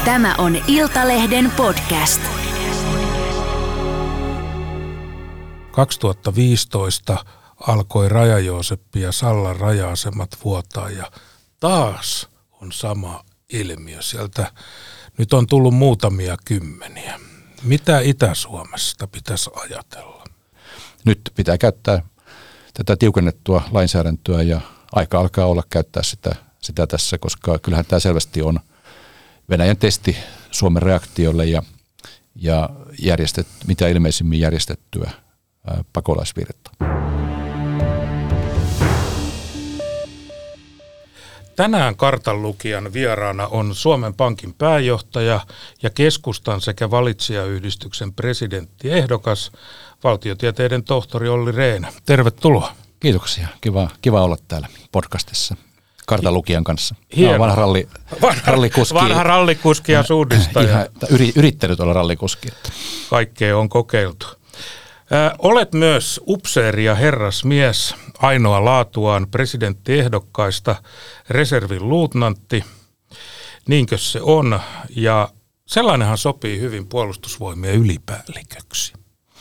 Tämä on Iltalehden podcast. 2015 alkoi Raja-Jooseppi ja Sallan raja-asemat vuotaa ja taas on sama ilmiö. Sieltä nyt on tullut muutamia kymmeniä. Mitä Itä-Suomesta pitäisi ajatella? Nyt pitää käyttää tätä tiukennettua lainsäädäntöä ja aika alkaa olla käyttää sitä tässä, koska kyllähän tämä selvästi on Venäjän testi Suomen reaktiolle ja mitä ilmeisimmin järjestettyä pakolaisvirtaa. Tänään kartanlukijan vieraana on Suomen Pankin pääjohtaja ja keskustan sekä valitsijayhdistyksen presidenttiehdokas, valtiotieteiden tohtori Olli Rehn. Tervetuloa. Kiitoksia. Kiva olla täällä podcastissa kartanlukijan kanssa. Hieno. Vanha rallikuski. Vanha rallikuski ja suunnistaja. Yrittänyt olla rallikuski. Kaikkea on kokeiltu. Olet myös upseeri ja herrasmies, ainoa laatuaan presidenttiehdokkaista, reservin luutnantti. Niinkö se on? Ja sellainenhan sopii hyvin puolustusvoimien ylipäälliköksi.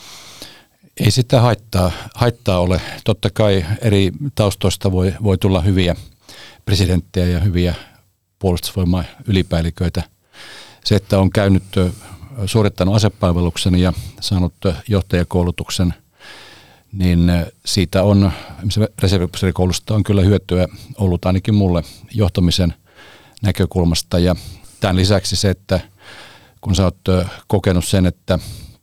Ei sitä haittaa ole. Totta kai eri taustoista voi tulla hyviä presidenttejä ja hyviä puolustusvoiman ylipäälliköitä. Se, että on suorittanut asepalveluksen ja saanut johtajakoulutuksen, niin siitä on, reserviupseerikoulusta on kyllä hyötyä ollut ainakin mulle johtamisen näkökulmasta. Ja tämän lisäksi se, että kun sä oot kokenut sen, että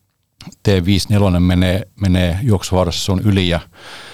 T-54 menee juoksuvaarassa sun yli ja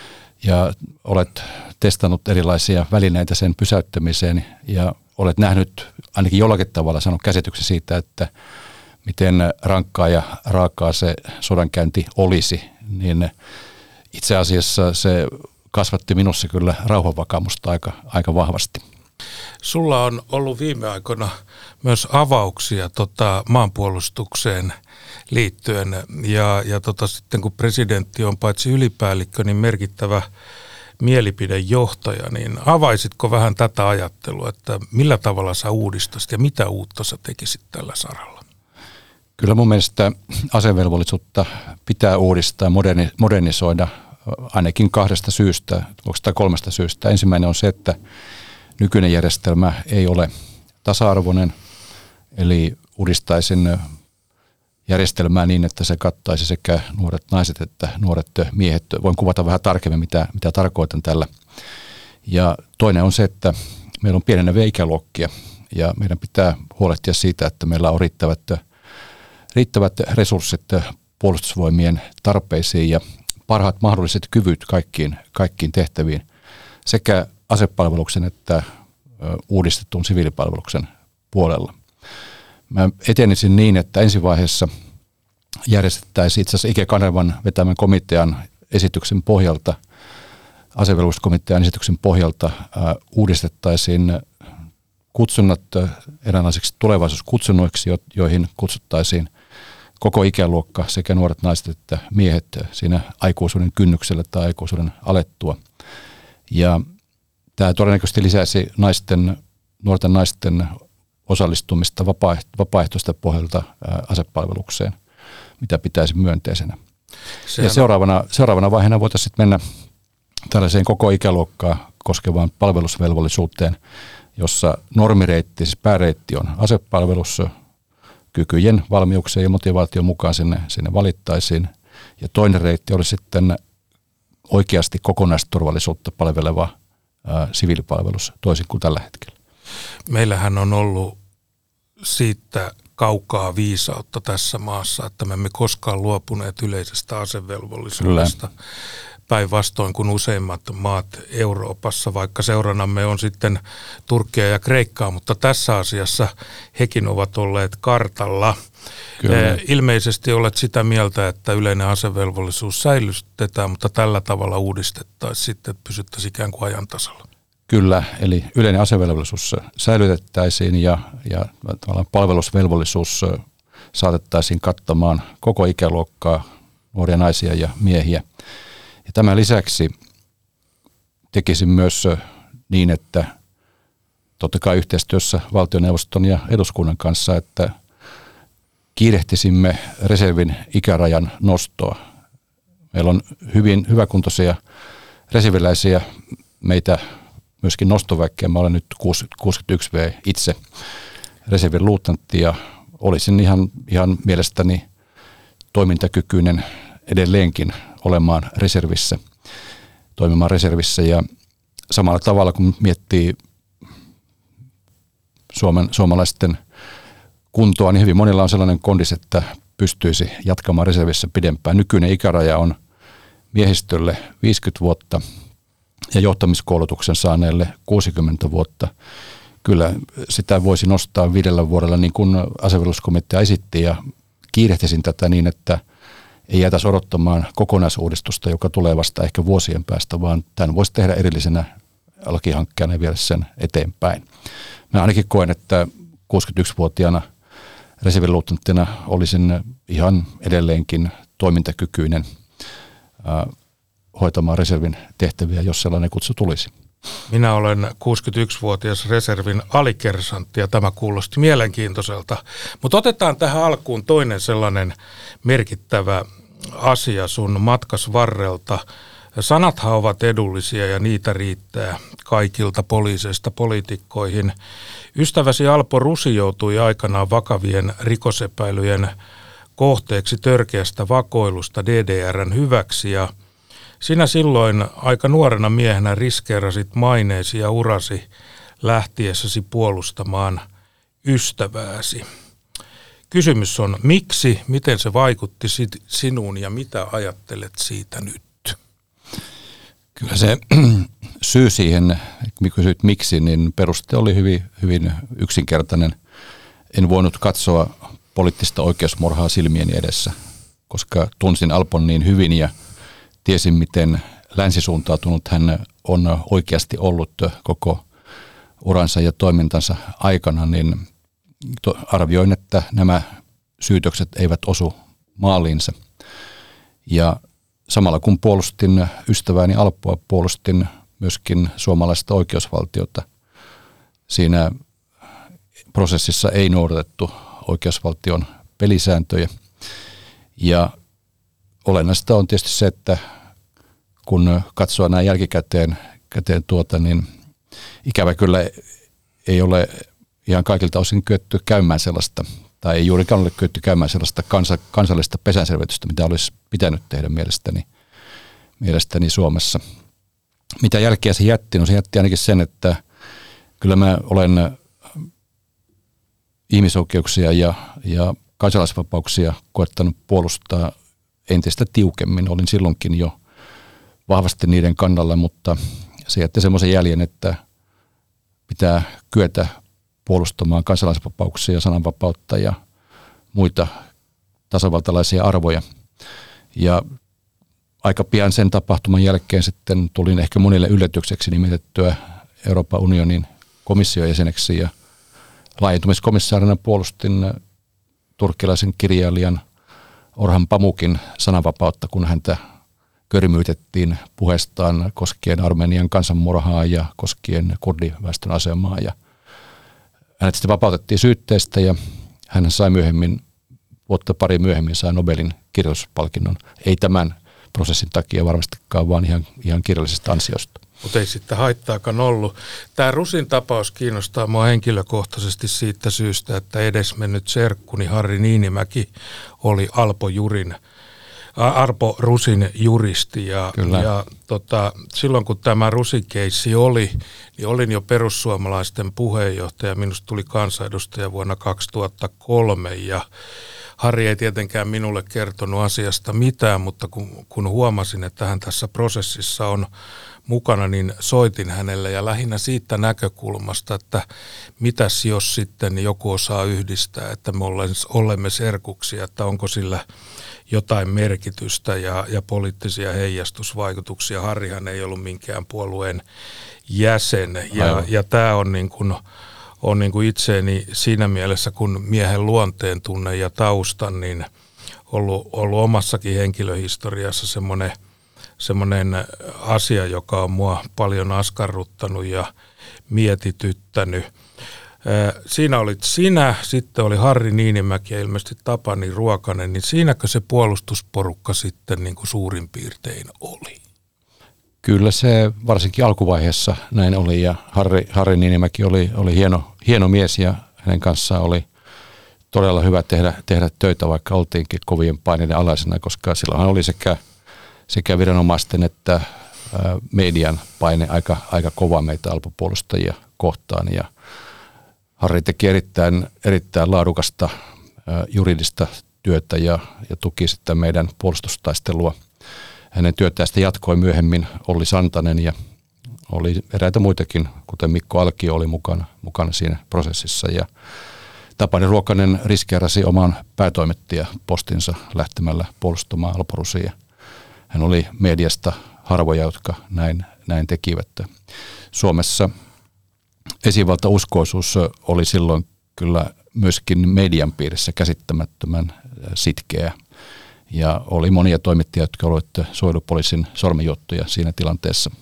olet testannut erilaisia välineitä sen pysäyttämiseen ja olet nähnyt ainakin jollakin tavalla saanut käsityksen siitä, että miten rankkaa ja raakaa se sodankäynti olisi, niin itse asiassa se kasvatti minussa kyllä rauhanvakaamusta aika vahvasti. Sulla on ollut viime aikoina myös avauksia maanpuolustukseen liittyen ja sitten kun presidentti on paitsi ylipäällikkö, niin merkittävä mielipidejohtaja, niin avaisitko vähän tätä ajattelua, että millä tavalla sä uudistasit ja mitä uutta sä tekisit tällä saralla? Kyllä mun mielestä asevelvollisuutta pitää uudistaa, modernisoida ainakin kahdesta syystä, oikeastaan kolmesta syystä. Ensimmäinen on se, että nykyinen järjestelmä ei ole tasa-arvoinen, eli uudistaisin järjestelmää niin, että se kattaisi sekä nuoret naiset että nuoret miehet. Voin kuvata vähän tarkemmin, mitä tarkoitan tällä. Ja toinen on se, että meillä on pieneneviä ikäluokkia ja meidän pitää huolehtia siitä, että meillä on riittävät resurssit puolustusvoimien tarpeisiin ja parhaat mahdolliset kyvyt kaikkiin tehtäviin sekä asepalveluksen että uudistetun siviilipalveluksen puolella. Mä etenisin niin, että ensivaiheessa järjestettäisiin itse asiassa Ike Kanervan vetämän komitean esityksen pohjalta, asevelvollisuuskomitean esityksen pohjalta uudistettaisiin kutsunnat eräänlaisiksi tulevaisuuskutsunnoiksi, joihin kutsuttaisiin koko ikäluokka sekä nuoret naiset että miehet siinä aikuisuuden kynnyksellä tai aikuisuuden alettua. Ja tämä todennäköisesti lisäisi nuorten naisten osallistumista vapaaehtoista pohjalta asepalvelukseen, mitä pitäisi myönteisenä. Ja seuraavana vaiheena voitaisiin mennä tällaiseen koko ikäluokkaa koskevaan palvelusvelvollisuuteen, jossa normireitti, siis pääreitti on asepalvelus, kykyjen, valmiuksien ja motivaation mukaan sinne valittaisiin. Ja toinen reitti olisi sitten oikeasti kokonaisturvallisuutta palveleva siviilipalvelus, toisin kuin tällä hetkellä. Meillähän on ollut siitä kaukaa viisautta tässä maassa, että me emme koskaan luopuneet yleisestä asevelvollisuudesta. Kyllä. Päinvastoin kuin useimmat maat Euroopassa, vaikka seuranamme on sitten Turkkia ja Kreikkaa, mutta tässä asiassa hekin ovat olleet kartalla. Kyllä. Ilmeisesti olet sitä mieltä, että yleinen asevelvollisuus säilytetään, mutta tällä tavalla uudistettaisiin sitten, että pysyttäisiin ikään kuin ajan tasalla. Kyllä, eli yleinen asevelvollisuus säilytettäisiin ja tavallaan palvelusvelvollisuus saatettaisiin kattamaan koko ikäluokkaa, nuoria naisia ja miehiä. Ja tämän lisäksi tekisin myös niin, että totta kai yhteistyössä valtioneuvoston ja eduskunnan kanssa, että kiirehtisimme reservin ikärajan nostoa. Meillä on hyvin hyväkuntoisia reserviläisiä, meitä myöskin nostoväkkeä. Mä olen nyt 61V itse reservin luutnantti ja olisin ihan mielestäni toimintakykyinen edelleenkin olemaan reservissä, toimimaan reservissä ja samalla tavalla kun miettii suomalaisten kuntoa, niin hyvin monilla on sellainen kondis, että pystyisi jatkamaan reservissä pidempään. Nykyinen ikäraja on miehistölle 50 vuotta ja johtamiskoulutuksen saaneelle 60 vuotta. Kyllä sitä voisi nostaa 5 vuodella niin kuin asevelvollisuuskomitea esitti ja kiirehtisin tätä niin, että ei jäätäisi odottamaan kokonaisuudistusta, joka tulee vasta ehkä vuosien päästä, vaan tämän voisi tehdä erillisenä lakihankkeena ja viedä sen eteenpäin. Mä ainakin koen, että 61-vuotiaana reserviluutnanttina olisin ihan edelleenkin toimintakykyinen hoitamaan reservin tehtäviä, jos sellainen kutsu tulisi. Minä olen 61-vuotias reservin alikersantti ja tämä kuulosti mielenkiintoiselta. Mutta otetaan tähän alkuun toinen sellainen merkittävä asia sun matkas varrelta. Sanathan ovat edullisia ja niitä riittää kaikilta poliiseista poliitikkoihin. Ystäväsi Alpo Rusi joutui aikanaan vakavien rikosepäilyjen kohteeksi törkeästä vakoilusta DDR:n hyväksi ja sinä silloin aika nuorena miehenä riskeerasit maineesi ja urasi lähtiessäsi puolustamaan ystävääsi. Kysymys on, miksi, miten se vaikutti sinuun ja mitä ajattelet siitä nyt? Kyllä se syy siihen, kysyt miksi, niin peruste oli hyvin yksinkertainen. En voinut katsoa poliittista oikeusmurhaa silmieni edessä, koska tunsin Alpon niin hyvin ja tiesin, miten länsisuuntautunut hän on oikeasti ollut koko uransa ja toimintansa aikana, niin arvioin, että nämä syytökset eivät osu maaliinsa. Ja samalla kun puolustin ystävääni Alppoa, puolustin myöskin suomalaista oikeusvaltiota. Siinä prosessissa ei noudatettu oikeusvaltion pelisääntöjä. Ja olennaista on tietysti se, että kun katsoo näin jälkikäteen niin ikävä kyllä ei ole ihan kaikilta osin kyetty käymään sellaista, tai ei juurikaan ole kyetty käymään sellaista kansallista pesänselvitystä, mitä olisi pitänyt tehdä mielestäni Suomessa. Mitä jälkeä se jätti? No se jätti ainakin sen, että kyllä mä olen ihmisoikeuksia ja kansalaisvapauksia koettanut puolustaa entistä tiukemmin. Olin silloinkin jo vahvasti niiden kannalla, mutta se jätti semmoisen jäljen, että pitää kyetä puolustamaan kansalaisvapauksia ja sananvapautta ja muita tasavaltalaisia arvoja. Ja aika pian sen tapahtuman jälkeen sitten tulin ehkä monille yllätykseksi nimitettyä Euroopan unionin komission jäseneksi ja laajentumiskomissaarina puolustin turkkilaisen kirjailijan Orhan Pamukin sananvapautta, kun häntä körmyytettiin puheestaan koskien Armenian kansanmurhaa ja koskien kurdiväestön asemaa. Ja hänet sitten vapautettiin syytteestä ja hän sai vuotta pari myöhemmin sai Nobelin kirjallisuuspalkinnon. Ei tämän prosessin takia varmastikaan, vaan ihan kirjallisesta ansiosta. Mutta ei sitten haittaakaan ollut. Tämä Rusin tapaus kiinnostaa minua henkilökohtaisesti siitä syystä, että edesmennyt serkkuni Harri Niinimäki oli Arpo Rusin juristi. Ja silloin kun tämä Rusin-keissi oli, niin olin jo perussuomalaisten puheenjohtaja. Minusta tuli kansanedustaja vuonna 2003 ja Harri ei tietenkään minulle kertonut asiasta mitään, mutta kun huomasin, että hän tässä prosessissa on mukana, niin soitin hänelle ja lähinnä siitä näkökulmasta, että mitäs jos sitten joku osaa yhdistää, että me olemme serkuksia, että onko sillä jotain merkitystä ja poliittisia heijastusvaikutuksia. Harrihan ei ollut minkään puolueen jäsen ja tämä on niin kuin itseeni siinä mielessä, kun miehen luonteen tunne ja taustan, niin ollut omassakin henkilöhistoriassa semmoinen semmoinen asia, joka on mua paljon askarruttanut ja mietityttänyt. Siinä olit sinä, sitten oli Harri Niinimäki ja ilmeisesti Tapani Ruokanen, niin siinäkö se puolustusporukka sitten niin kuin suurin piirtein oli? Kyllä se varsinkin alkuvaiheessa näin oli, ja Harri Niinimäki oli hieno mies, ja hänen kanssaan oli todella hyvä tehdä töitä, vaikka oltiinkin kovien paineiden alaisena, koska silloinhan oli sekä viranomaisten että median paine aika kova meitä alpopuolustajia kohtaan, ja Harri teki erittäin laadukasta juridista työtä ja tuki sitten meidän puolustustaistelua. Hänen työtään sitten jatkoi myöhemmin Olli Santanen ja oli eräitä muitakin, kuten Mikko Alkio oli mukana siinä prosessissa. Ja Tapani Ruokanen riskeerasi oman päätoimittajapostinsa lähtemällä puolustamaan Alporusia. Hän oli mediasta harvoja, jotka näin tekivät. Suomessa esivaltauskoisuus oli silloin kyllä myöskin median piirissä käsittämättömän sitkeä. Ja oli monia toimittajia, jotka olivat suojelupoliisin sormenjuttuja siinä tilanteessa.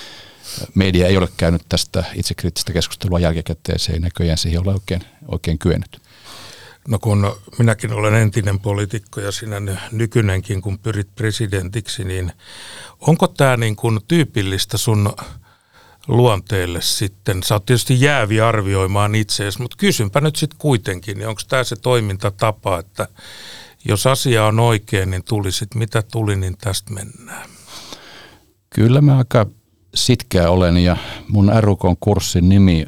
Media ei ole käynyt tästä itsekriittistä keskustelua jälkikäteen, se ei näköjään siihen ole oikein kyennyt. No kun minäkin olen entinen poliitikko ja sinä nykyinenkin, kun pyrit presidentiksi, niin onko tämä niin kuin tyypillistä sun luonteelle sitten? Sä oot tietysti jäävi arvioimaan itseäsi, mutta kysynpä nyt sitten kuitenkin, niin onko tämä se toimintatapa, että jos asia on oikein, niin tuli sitten mitä tuli, niin tästä mennään? Kyllä mä aika sitkeä olen, ja mun RUK:n kurssin nimi,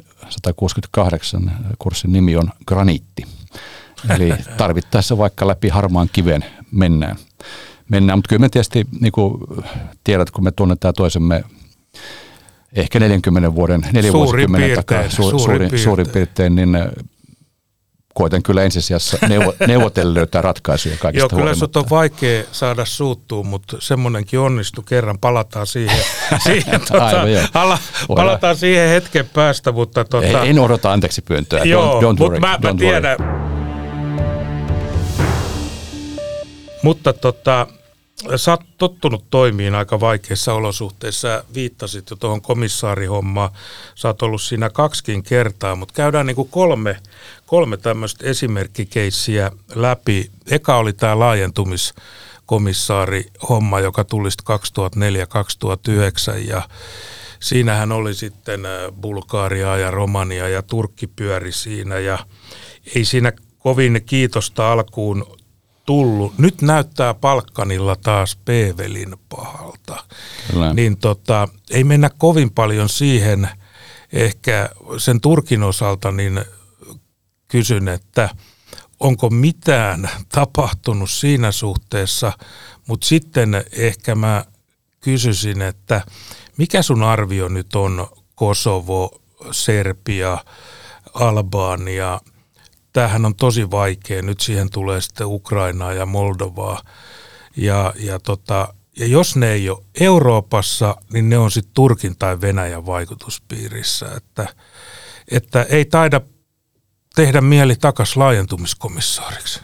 168 kurssin nimi on graniitti. Eli tarvittaessa vaikka läpi harmaan kiven mennään. Mutta kyllä me tietysti, niin kuin tiedät, kun me tunnetaan toisemme ehkä 40 vuosikymmenen takaa suurin piirtein, niin koitan kyllä ensisijassa neuvotella löytää ratkaisuja kaikista Joo, kyllä huolimatta. sut on vaikea saada suuttua, mutta semmoinenkin onnistui kerran. Palataan palataan siihen hetken päästä. Mutta En odota anteeksi pyyntöä. Joo, mutta mä tiedän. Mutta sä oot tottunut toimiin aika vaikeissa olosuhteissa. Sä viittasit jo tuohon komissaarihommaan. Sä oot ollut siinä 2 kertaa, mutta käydään niin kuin kolme tämmöistä esimerkkikeissiä läpi. Eka oli tämä laajentumiskomissaarihomma, joka tuli 2004-2009 ja siinähän oli sitten Bulgaria ja Romania ja Turkki pyöri siinä ja ei siinä kovin kiitosta alkuun tullut. Nyt näyttää Balkanilla taas P-velin pahalta. Kyllä. Niin ei mennä kovin paljon siihen. Ehkä sen Turkin osalta niin kysyn, että onko mitään tapahtunut siinä suhteessa, mutta sitten ehkä mä kysyisin, että mikä sun arvio nyt on Kosovo, Serbia, Albania? Tämähän on tosi vaikea. Nyt siihen tulee sitten Ukrainaa ja Moldovaa. Ja jos ne ei ole Euroopassa, niin ne on sitten Turkin tai Venäjän vaikutuspiirissä. Että ei taida tehdä mieli takaisin laajentumiskomissaariksi.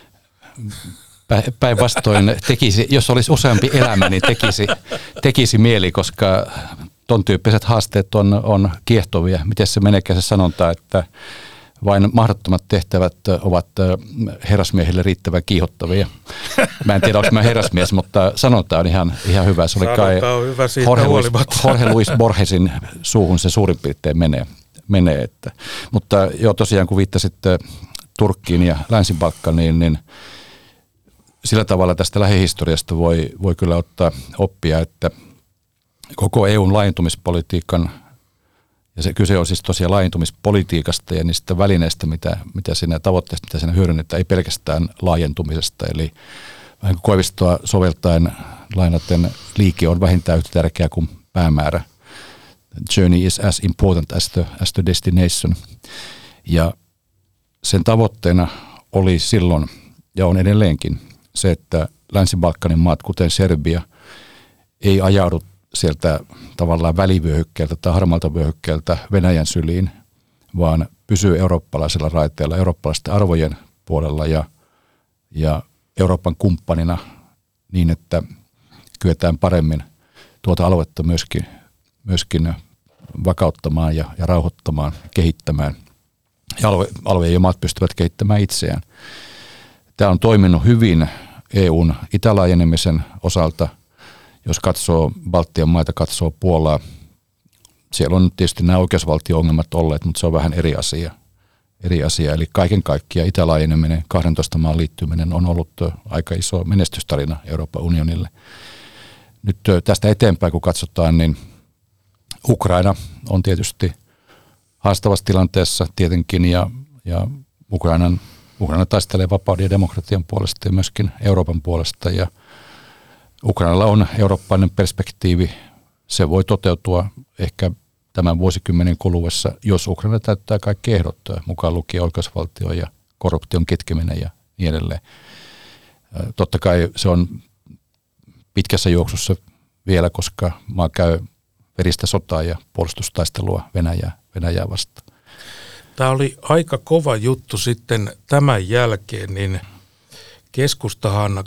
Päinvastoin tekisi, jos olisi useampi elämä, niin tekisi mieli, koska ton tyyppiset haasteet on kiehtovia. Miten se meneekään se sanonta, että vain mahdottomat tehtävät ovat herrasmiehille riittävän kiihottavia. Mä en tiedä, onko mä herrasmies, mutta sanonta on ihan hyvä. Se oli kai Jorge Luis Borgesin suuhun se suurin piirtein menee. Mutta joo, tosiaan kun viittasit Turkkiin ja Länsi-Balkaniin, niin sillä tavalla tästä lähihistoriasta voi kyllä ottaa oppia, että koko EUn laajentumispolitiikan, ja se kyse on siis tosiaan laajentumispolitiikasta ja niistä välineistä, mitä siinä tavoitteista, mitä siinä hyödynnetään, ei pelkästään laajentumisesta. Eli vähän Koivistoa soveltaen lainaten liike on vähintään yhtä tärkeä kuin päämäärä. Journey is as important as the destination. Ja sen tavoitteena oli silloin, ja on edelleenkin, se, että Länsi-Balkanin maat, kuten Serbia, ei ajaudu sieltä tavallaan välivyöhykkeeltä tai harmaalta vyöhykkeeltä Venäjän syliin, vaan pysyy eurooppalaisella raiteella, eurooppalaisten arvojen puolella ja Euroopan kumppanina niin, että kyetään paremmin tuota aluetta myöskin vakauttamaan ja rauhoittamaan, kehittämään. Ja alue ja maat pystyvät kehittämään itseään. Tämä on toiminut hyvin EUn itälaajenemisen osalta. Jos katsoo Baltian maita, katsoo Puolaa, siellä on tietysti nämä oikeusvaltio-ongelmat olleet, mutta se on vähän eri asia. Eli kaiken kaikkiaan itälaajeneminen, 12 maan liittyminen on ollut aika iso menestystarina Euroopan unionille. Nyt tästä eteenpäin, kun katsotaan, niin Ukraina on tietysti haastavassa tilanteessa tietenkin, ja Ukraina taistelee vapauden ja demokratian puolesta ja myöskin Euroopan puolesta, ja Ukrainalla on eurooppainen perspektiivi. Se voi toteutua ehkä tämän vuosikymmenen kuluessa, jos Ukraina täyttää kaikki ehdot, mukaan lukien oikeusvaltio ja korruption kitkeminen ja niin edelleen. Totta kai se on pitkässä juoksussa vielä, koska maa käy veristä sotaa ja puolustustaistelua Venäjää vastaan. Tämä oli aika kova juttu sitten tämän jälkeen, niin keskustahan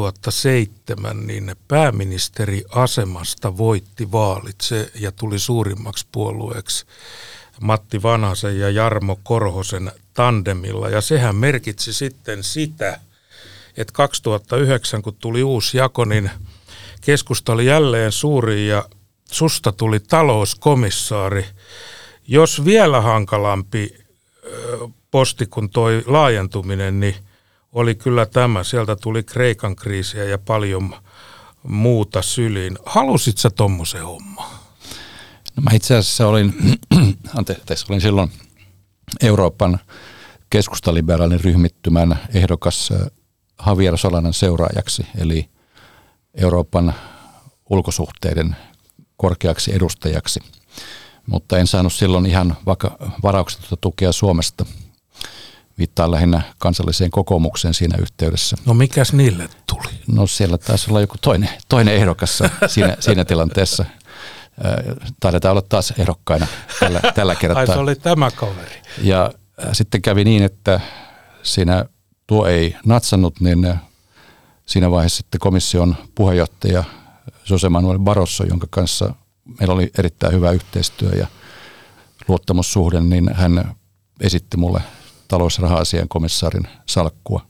2007 niin pääministeriasemasta voitti vaalit ja tuli suurimmaksi puolueeksi Matti Vanhasen ja Jarmo Korhosen tandemilla. Ja sehän merkitsi sitten sitä, että 2009 kun tuli uusi jako, niin keskusta oli jälleen suuri ja susta tuli talouskomissaari. Jos vielä hankalampi posti kuin toi laajentuminen, niin oli kyllä tämä. Sieltä tuli Kreikan kriisiä ja paljon muuta syliin. Halusit sä tommosen homman? No mä itse asiassa olin silloin Euroopan keskustaliberaalin ryhmittymän ehdokas Javier Solanan seuraajaksi, eli Euroopan ulkosuhteiden korkeaksi edustajaksi. Mutta en saanut silloin ihan varauksetonta tukea Suomesta. Viittaan lähinnä kansalliseen kokoomukseen siinä yhteydessä. No mikäs niille tuli? No siellä taisi olla joku toinen ehdokas siinä tilanteessa. Taidetaan olla taas ehdokkaina tällä kertaa. Ai se oli tämä kaveri. Ja sitten kävi niin, että siinä tuo ei natsannut, niin siinä vaiheessa sitten komission puheenjohtaja José Manuel Barroso, jonka kanssa meillä oli erittäin hyvä yhteistyö ja luottamussuhde, niin hän esitti mulle talous- ja raha-asian komissaarin salkkua.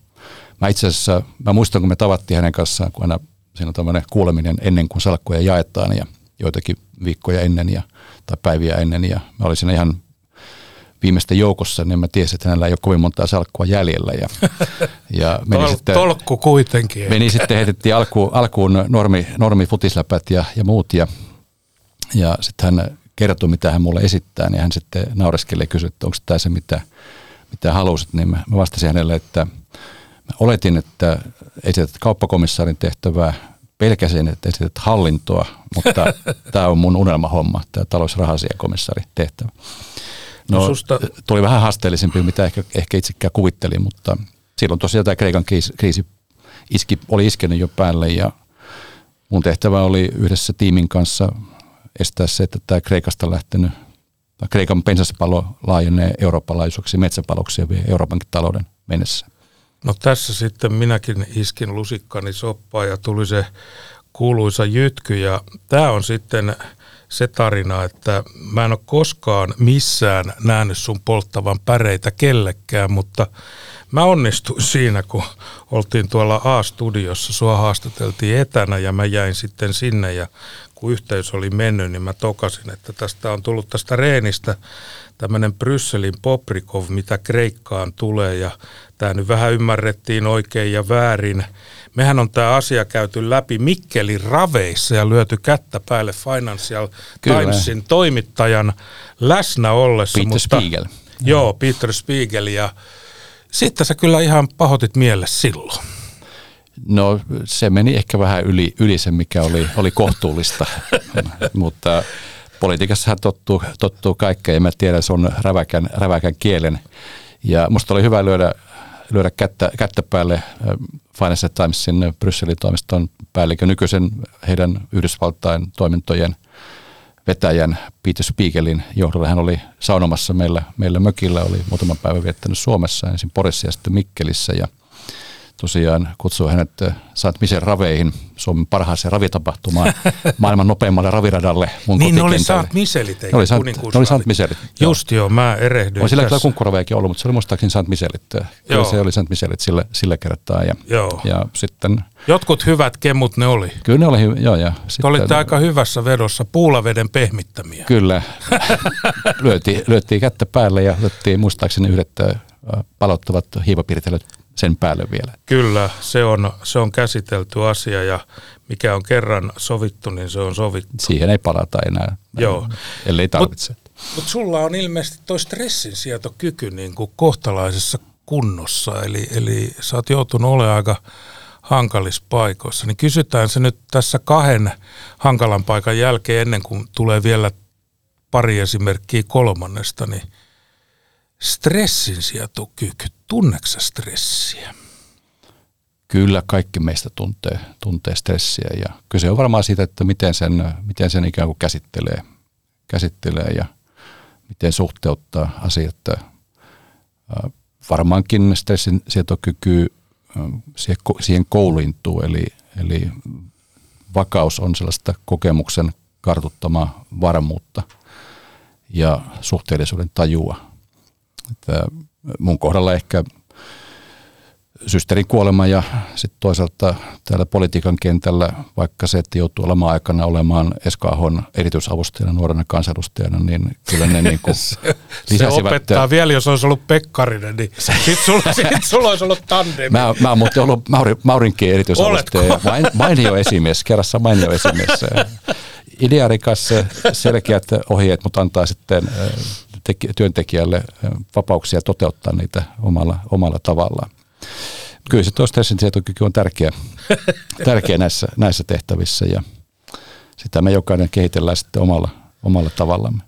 Mä muistan, kun me tavattiin hänen kanssaan, kun aina siinä on tämmöinen kuuleminen ennen kuin salkkuja jaetaan ja joitakin viikkoja ennen tai päiviä ennen, ja mä olin siinä ihan viimeisten joukossa, niin mä tiesin, että hänellä ei ole kovin montaa salkkua jäljellä. Ja tolkku kuitenkin. Meni sitten, heitettiin alkuun normifutisläpät ja muut, ja sitten hän kertoi, mitä hän mulle esittää, niin hän sitten naureskeli ja kysyi, että onko tämä se, mitä halusit, niin mä vastasin hänelle, että mä oletin, että esität kauppakomissaarin tehtävää, pelkäsin, että esität hallintoa, mutta tämä on mun unelmahomma, tämä talous- ja raha-asian komissaarin tehtävä. No, tuli vähän haasteellisempi, mitä ehkä itsekään kuvittelin, mutta silloin tosiaan tämä Kreikan kriisi oli iskenyt jo päälle, ja mun tehtävä oli yhdessä tiimin kanssa estää se, että tämä Kreikasta lähtenyt, Kreikan pensaspalo laajenee Euroopan laajuiseksi metsäpaloksi ja vie Euroopankin talouden mennessä. No tässä sitten minäkin iskin lusikkani soppaan ja tuli se kuuluisa jytky, ja tämä on sitten se tarina, että mä en ole koskaan missään nähnyt sun polttavan päreitä kellekään, mutta mä onnistuin siinä, kun oltiin tuolla A-studiossa, sua haastateltiin etänä ja mä jäin sitten sinne, ja kun yhteys oli mennyt, niin mä tokasin, että tästä on tullut tästä reenistä tämmöinen Brysselin Poprikov, mitä Kreikkaan tulee, ja tämä nyt vähän ymmärrettiin oikein ja väärin. Mehän on tämä asia käyty läpi Mikkelin raveissa ja lyöty kättä päälle Financial Timesin toimittajan läsnä ollessa. Peter Spiegel. Joo, Peter Spiegel, ja sitten sä kyllä ihan pahoitit mielessä silloin. No se meni ehkä vähän yli sen, mikä oli kohtuullista, mutta politiikassahan tottuu kaikkeen, ja mä tiedän, se on räväkän kielen. Ja musta oli hyvä lyödä kättä päälle Financial Timesin Brysselin toimiston päällikön, nykyisen heidän Yhdysvaltain toimintojen vetäjän Peter Spiegelin johdolla. Hän oli saunomassa meillä mökillä, oli muutaman päivän viettänyt Suomessa, ensin Porissa ja sitten Mikkelissä, ja tosiaan kutsui hänet Saint-Michel raveihin, Suomen parhaaseen ravitapahtumaan, maailman nopeimmalle raviradalle mun niin kotikentälle. Niin oli Saint-Michelit, eikä ne oli Saint-Michelit. Just joo, mä erehdyin. On sillä kyllä kunkkuraveekin ollut, mutta se oli muistaakseni Saint-Michelit. Kyllä se oli Saint-Michelit sillä kertaa. Ja sitten jotkut hyvät kemut ne oli. Kyllä ne oli, joo. Ja te olitte aika hyvässä vedossa, puulaveden pehmittämiä. Kyllä. lyöttiin kättä päälle ja lyöttiin muistaakseni yhdet palottavat hiivapirtelöt sen päälle vielä. Kyllä, se on käsitelty asia ja mikä on kerran sovittu, niin se on sovittu. Siihen ei palata enää, ellei tarvitse. Mutta sulla on ilmeisesti toi stressinsietokyky niin kuin kohtalaisessa kunnossa, eli sä oot joutunut olemaan aika hankalissa paikoissa. Niin kysytään se nyt tässä 2 hankalan paikan jälkeen, ennen kuin tulee vielä pari esimerkkiä 3, niin stressinsietokyky, tunneeko sä stressiä? Kyllä kaikki meistä tuntee stressiä ja kyse on varmaan siitä, että miten sen ikään kuin käsittelee ja miten suhteuttaa asiat. Varmaankin stressinsietokyky siihen koulintuu, eli vakaus on sellaista kokemuksen kartuttamaa varmuutta ja suhteellisuuden tajua. Että mun kohdalla ehkä systeerin kuolema ja sitten toisaalta täällä politiikan kentällä vaikka se, että joutuu olemaan aikana olemaan Esko Ahon erityisavustajana nuorena kansanedustajana, niin kyllä ne niin kuin lisäsivät. Se opettaa vielä, jos olisi ollut Pekkarinen, niin sitten sulla olisi ollut tandemi. Mä oon muuten ollut Maurinkin erityisavustaja ja mainio esimies, kerrassa mainio esimies. Idearikas, selkeät ohjeet, mutta antaa sitten työntekijälle vapauksia toteuttaa niitä omalla tavallaan. Kyllä se tuo stressinsietokyky on tärkeä näissä tehtävissä ja sitä me jokainen kehitellään sitten omalla tavallamme.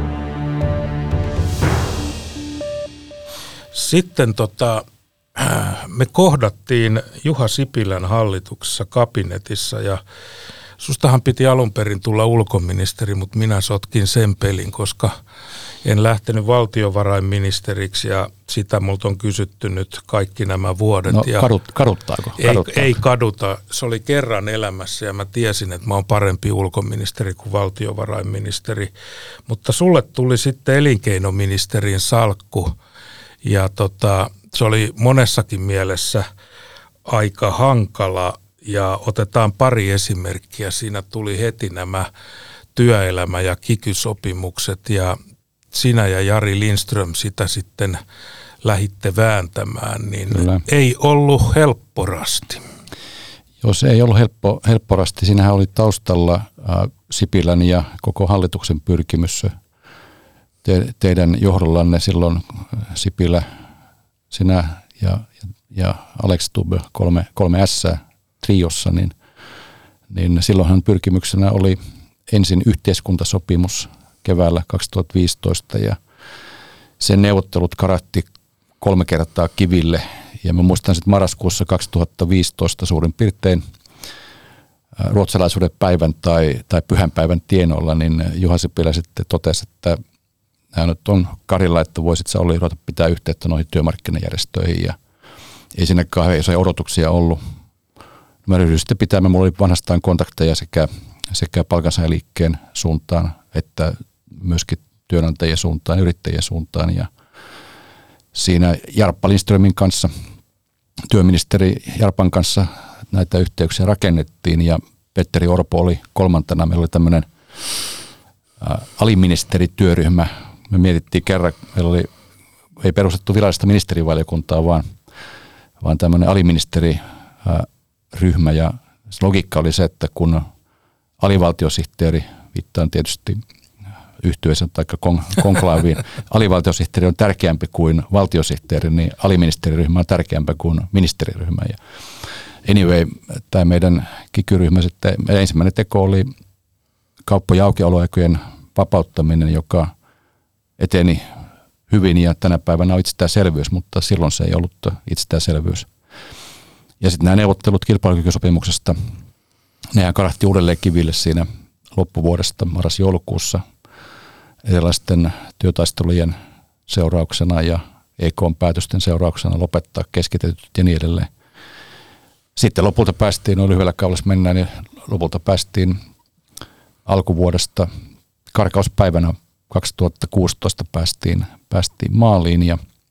Sitten me kohdattiin Juha Sipilän hallituksessa kabinetissa ja sustahan piti alun perin tulla ulkoministeri, mutta minä sotkin sen pelin, koska en lähtenyt valtiovarainministeriksi ja sitä multa on kysytty nyt kaikki nämä vuodet. No kaduttaako? Ei kaduta. Se oli kerran elämässä ja mä tiesin, että mä oon parempi ulkoministeri kuin valtiovarainministeri. Mutta sulle tuli sitten elinkeinoministerin salkku ja se oli monessakin mielessä aika hankala ja otetaan pari esimerkkiä. Siinä tuli heti nämä työelämä- ja kiky-sopimukset ja sinä ja Jari Lindström sitä sitten lähditte vääntämään, niin kyllä. Ei ollut helpporasti. Joo, se ei ollut helpporasti. Siinähän oli taustalla Sipilän ja koko hallituksen pyrkimys teidän johdollanne silloin Sipilä, sinä ja Alex Stubb, kolme S triossa, niin silloinhan pyrkimyksenä oli ensin yhteiskuntasopimus keväällä 2015 ja sen neuvottelut karatti 3 kertaa kiville ja mä muistan sitten marraskuussa 2015 suurin piirtein ruotsalaisuuden päivän tai pyhänpäivän tienoilla, niin Juha Sipilä sitten totesi, että nämä nyt on Karilla, että voisit sä Olli ruveta pitää yhteyttä noihin työmarkkinajärjestöihin ja ei sinne kauhean isoja odotuksia ollut. Mä ryhdyin sitten pitämään, mulla oli vanhastaan kontakteja sekä palkansaajaliikkeen suuntaan että myöskin työnantajien suuntaan, yrittäjien suuntaan ja siinä Jarppa Lindströmin kanssa, työministeri Jarpan kanssa näitä yhteyksiä rakennettiin ja Petteri Orpo oli 3. Meillä oli tämmöinen aliministerityöryhmä. Me mietittiin kerran, meillä ei perustettu virallista ministerivaliokuntaa, vaan tämmöinen aliministeriryhmä ja logiikka oli se, että kun alivaltiosihteeri, viittaan tietysti yhtyessä tai konklaaviin, alivaltiosihteeri on tärkeämpi kuin valtiosihteeri, niin aliministeriryhmä on tärkeämpi kuin ministeriryhmä. Ja anyway, tämä meidän kikyryhmä sitten, meidän ensimmäinen teko oli kauppojen aukioloaikojen vapauttaminen, joka eteni hyvin ja tänä päivänä on itsestäänselvyys, mutta silloin se ei ollut itsestäänselvyys. Ja sitten nämä neuvottelut kilpailukykysopimuksesta, nehän karahti uudelleen kiville siinä loppuvuodesta marras-joulukuussa erilaisten työtaistelujen seurauksena ja EK:n päätösten seurauksena lopettaa keskitetyt ja niin edelleen. Sitten lopulta päästiin, noin lyhyellä kaudella mennään, niin lopulta päästiin alkuvuodesta karkauspäivänä 2016 päästiin maaliin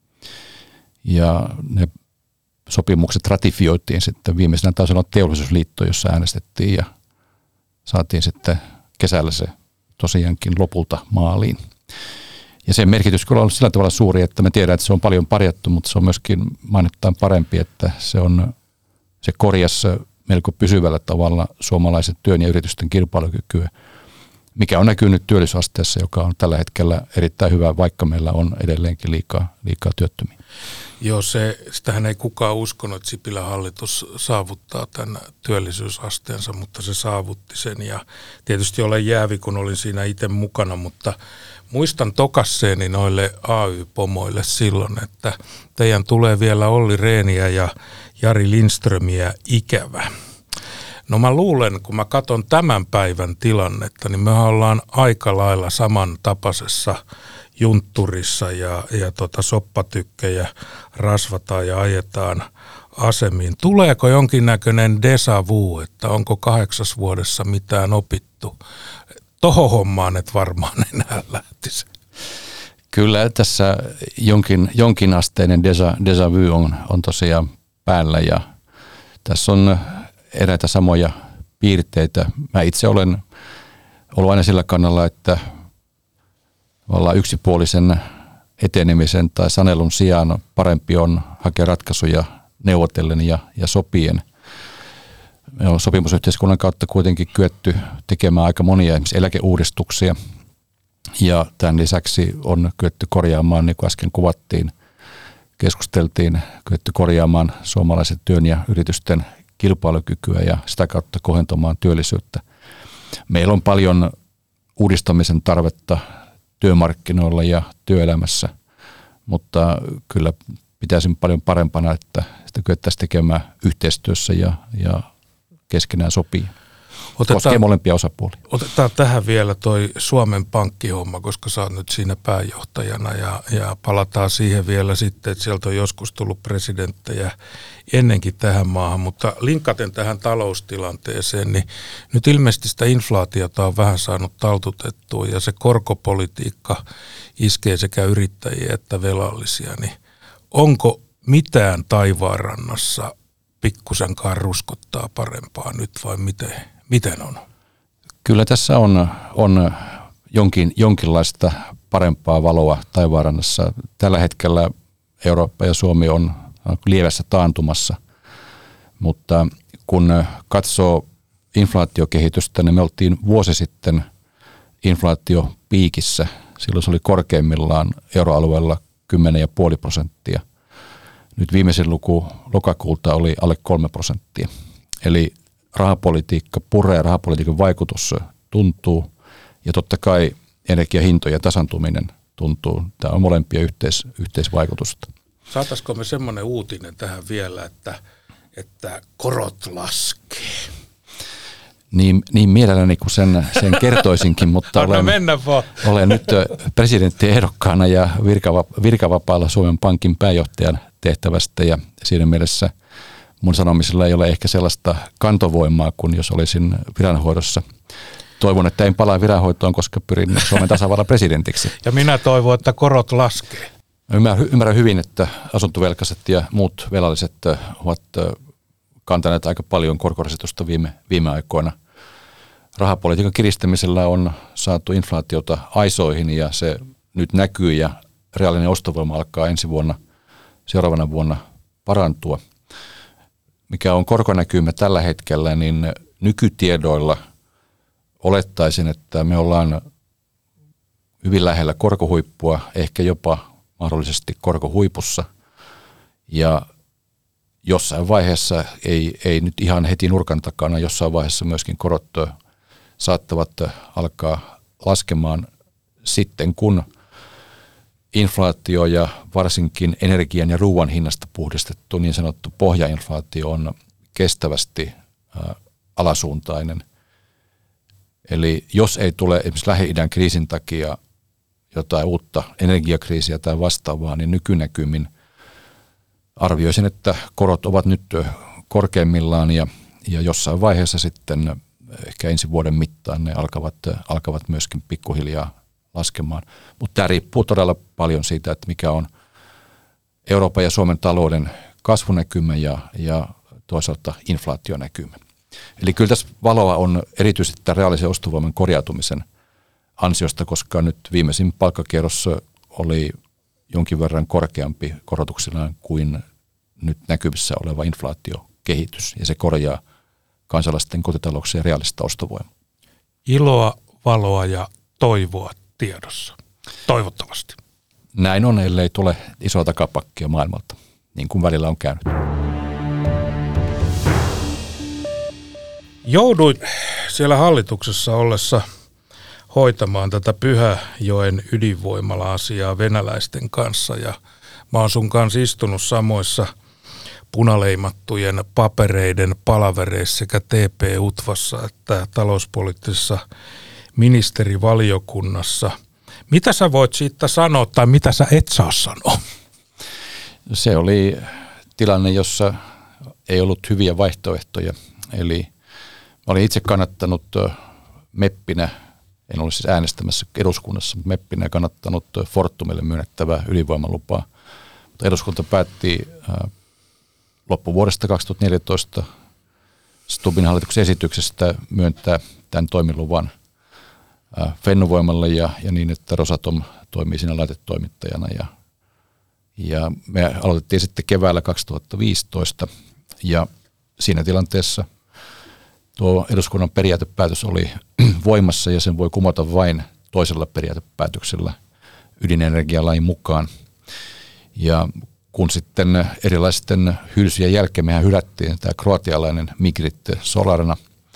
ja ne sopimukset ratifioitiin sitten. Viimeisenä taisi olla Teollisuusliitto, jossa äänestettiin ja saatiin sitten kesällä se tosiaankin lopulta maaliin. Ja sen merkitys kyllä on ollut sillä tavalla suuri, että me tiedän, että se on paljon parjattu, mutta se on myöskin mainittain parempi, että se korjasi melko pysyvällä tavalla suomalaisen työn ja yritysten kilpailukykyä, mikä on näkynyt työllisyysasteessa, joka on tällä hetkellä erittäin hyvä, vaikka meillä on edelleenkin liikaa työttömiä. Joo, sitähän ei kukaan uskonut, että Sipilän hallitus saavuttaa tämän työllisyysasteensa, mutta se saavutti sen. Ja tietysti olen jäävi, kun olin siinä itse mukana, mutta muistan tokasseeni noille AY-pomoille silloin, että teidän tulee vielä Olli Rehniä ja Jari Lindströmiä ikävä. No mä luulen, kun mä katson tämän päivän tilannetta, niin me ollaan aika lailla samantapaisessa juntturissa ja soppatykkejä rasvataan ja ajetaan asemiin. Tuleeko jonkinnäköinen déjà vu, että onko 8 vuodessa mitään opittu? Tohon hommaan et varmaan enää lähtisi. Kyllä tässä jonkinasteinen déjà vu on tosiaan päällä ja tässä on eräitä samoja piirteitä. Mä itse olen ollut aina sillä kannalla, että yksipuolisen etenemisen tai sanelun sijaan parempi on hakea ratkaisuja neuvotellen ja sopien. Me on sopimusyhteiskunnan kautta kuitenkin kyetty tekemään aika monia esimerkiksi eläkeuudistuksia ja tämän lisäksi on kyetty korjaamaan, niin kuin äsken kuvattiin, keskusteltiin, kyetty korjaamaan suomalaisen työn ja yritysten kilpailukykyä ja sitä kautta kohentamaan työllisyyttä. Meillä on paljon uudistamisen tarvetta työmarkkinoilla ja työelämässä, mutta kyllä pitäisin paljon parempana, että sitä kyettäisiin tekemään yhteistyössä ja keskenään sopii. Koskee molempia osapuolia. Otetaan tähän vielä toi Suomen Pankkihomma, koska sä oot nyt siinä pääjohtajana ja palataan siihen vielä sitten, että sieltä on joskus tullut presidenttejä ennenkin tähän maahan, mutta linkaten tähän taloustilanteeseen, niin nyt ilmeisesti sitä inflaatiota on vähän saanut taltutettua ja se korkopolitiikka iskee sekä yrittäjiä että velallisia, niin onko mitään taivaanrannassa pikkusenkaan ruskottaa parempaa nyt vai miten on? Kyllä tässä on jonkinlaista parempaa valoa taivaanrannassa. Tällä hetkellä Eurooppa ja Suomi on lievässä taantumassa, mutta kun katsoo inflaatiokehitystä, niin me oltiin vuosi sitten inflaatiopiikissä. Silloin se oli korkeimmillaan euroalueella 10,5%. Nyt viimeisin luku lokakuulta oli alle 3%. Eli rahapolitiikka puree ja rahapolitiikan vaikutus tuntuu ja totta kai energiahintojen tasantuminen tuntuu. Tämä on molempia yhteisvaikutusta. Saataisiko me semmoinen uutinen tähän vielä, että korot laskee? Niin mielelläni kuin sen kertoisinkin, mutta olen nyt presidenttiehdokkaana ja virkavapaalla Suomen Pankin pääjohtajan tehtävästä ja siinä mielessä mun sanomisella ei ole ehkä sellaista kantovoimaa kuin jos olisin viranhoidossa. Toivon, että en palaa viranhoitoon, koska pyrin Suomen tasavallan presidentiksi. Ja minä toivon, että korot laskee. Ymmärrän hyvin, että asuntovelkaiset ja muut velalliset ovat kantaneet aika paljon korkorasitusta viime aikoina. Rahapolitiikan kiristämisellä on saatu inflaatiota aisoihin ja se nyt näkyy ja reaalinen ostovoima alkaa ensi vuonna, seuraavana vuonna parantua. Mikä on korkonäkymä tällä hetkellä, niin nykytiedoilla olettaisin, että me ollaan hyvin lähellä korkohuippua, ehkä jopa mahdollisesti korkohuipussa. Ja jossain vaiheessa, ei nyt ihan heti nurkan takana, jossain vaiheessa myöskin korot saattavat alkaa laskemaan sitten, kun inflaatio ja varsinkin energian ja ruoan hinnasta puhdistettu niin sanottu pohjainflaatio on kestävästi alasuuntainen. Eli jos ei tule esimerkiksi Lähi-idän kriisin takia jotain uutta energiakriisiä tai vastaavaa, niin nykynäkymin arvioisin, että korot ovat nyt korkeimmillaan ja jossain vaiheessa sitten ehkä ensi vuoden mittaan ne alkavat myöskin pikkuhiljaa laskemaan. Mutta tämä riippuu todella paljon siitä, että mikä on Euroopan ja Suomen talouden kasvunäkymä ja toisaalta inflaationäkymä. Eli kyllä tässä valoa on erityisesti tämän reaalisen ostovoiman korjautumisen ansiosta, koska nyt viimeisin palkkakierros oli jonkin verran korkeampi korotuksillaan kuin nyt näkyvissä oleva inflaatiokehitys, ja se korjaa kansalaisten kotitalouksien reaalista ostovoimaa. Iloa, valoa ja toivoa tiedossa. Toivottavasti. Näin on, ellei tule isoa takapakkia maailmalta, niin kuin välillä on käynyt. Jouduin siellä hallituksessa ollessa hoitamaan tätä Pyhäjoen ydinvoimala-asiaa venäläisten kanssa, ja mä oon sun kanssa istunut samoissa punaleimattujen papereiden palavereissa sekä TP-UTVassa että talouspoliittisessa ministerivaliokunnassa. Mitä sä voit siitä sanoa tai mitä sä et saa sanoa? Se oli tilanne, jossa ei ollut hyviä vaihtoehtoja. Eli mä olin itse kannattanut meppinä, en ole siis äänestämässä eduskunnassa, mutta meppinä kannattanut Fortumille myönnettävää ydinvoimalupaa. Mutta eduskunta päätti loppuvuodesta 2014 Stubbin hallituksen esityksestä myöntää tämän toimiluvan Fennovoimalle ja niin, että Rosatom toimii siinä laitetoimittajana. Ja me aloitettiin sitten keväällä 2015 ja siinä tilanteessa tuo eduskunnan periaatepäätös oli voimassa ja sen voi kumota vain toisella periaatepäätöksellä ydinenergialain mukaan. Ja kun sitten erilaisten hylsyjen jälkeen mehän hylättiin tämä kroatialainen Migrit Solarna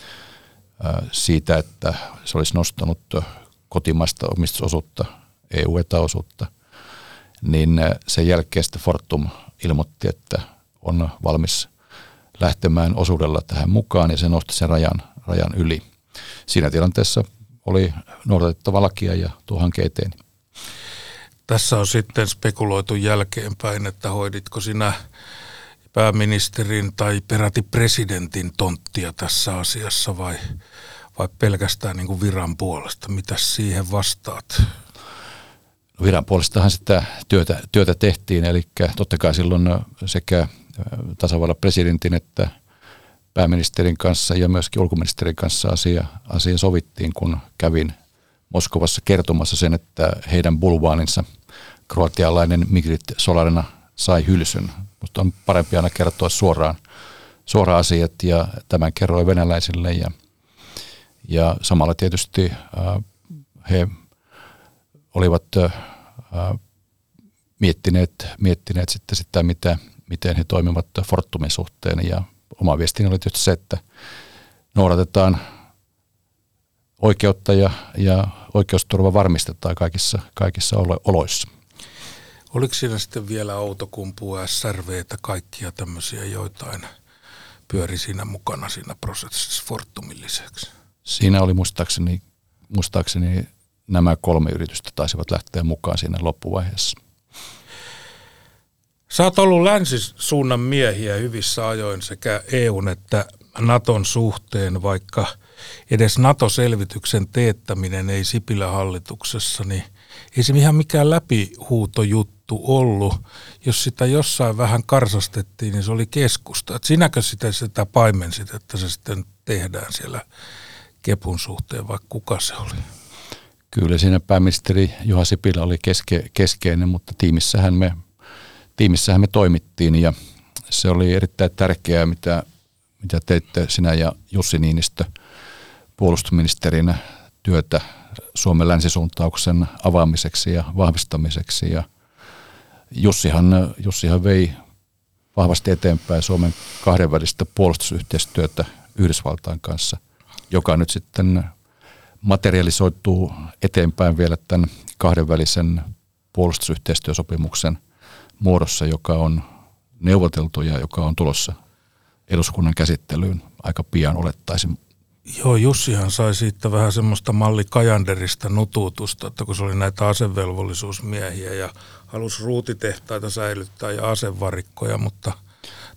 siitä, että se olisi nostanut kotimaista omistusosuutta, EU-etäosuutta, niin sen jälkeen sitten Fortum ilmoitti, että on valmis lähtemään osuudella tähän mukaan ja se nosti sen rajan yli. Siinä tilanteessa oli noudatettava lakia ja tuo hanke eteni. Tässä on sitten spekuloitu jälkeenpäin, että hoiditko sinä pääministerin tai peräti presidentin tonttia tässä asiassa vai pelkästään niin kuin viran puolesta? Mitäs siihen vastaat? Viran puolestahan sitä työtä tehtiin, eli totta kai silloin sekä tasavallan presidentin että pääministerin kanssa ja myöskin ulkoministerin kanssa asia sovittiin, kun kävin Moskovassa kertomassa sen, että heidän bulvaaninsa kroatialainen Migrit Solarna sai hylsyn. Mutta on parempi aina kertoa suoraan asiat ja tämän kerroin venäläisille ja samalla tietysti he olivat miettineet sitten sitä, miten he toimivat Fortumin suhteen ja oma viestini oli tietysti se, että noudatetaan oikeutta ja oikeusturva varmistetaan kaikissa oloissa. Oliko siinä sitten vielä Outokumpua, SRV:tä, kaikkia tämmöisiä joitain pyöri siinä mukana siinä prosessissa Fortumin lisäksi? Siinä oli muistaakseni nämä 3 yritystä taisivat lähteä mukaan siinä loppuvaiheessa. Sä oot ollut länsisuunnan miehiä hyvissä ajoin sekä EUn että Naton suhteen, vaikka edes NATO-selvityksen teettäminen ei Sipilän hallituksessa, niin ei se ihan mikään läpihuutojuttu ollut. Jos sitä jossain vähän karsastettiin, niin se oli keskusta. Et sinäkö sitä paimensit, että se sitten tehdään siellä Kepun suhteen, vai kuka se oli? Kyllä siinä pääministeri Juha Sipilä oli keskeinen, mutta tiimissähän me toimittiin ja se oli erittäin tärkeää, mitä teitte sinä ja Jussi Niinistö puolustusministerinä työtä Suomen länsisuuntauksen avaamiseksi ja vahvistamiseksi. Ja Jussihan vei vahvasti eteenpäin Suomen kahdenvälistä puolustusyhteistyötä Yhdysvaltain kanssa, joka nyt sitten materialisoituu eteenpäin vielä tämän kahdenvälisen puolustusyhteistyösopimuksen muodossa, joka on neuvoteltu ja joka on tulossa eduskunnan käsittelyyn aika pian olettaisin. Joo, Jussihan sai siitä vähän semmoista malli Kajanderista nututusta, että kun se oli näitä asevelvollisuusmiehiä ja halusi ruutitehtaita säilyttää ja asevarikkoja, mutta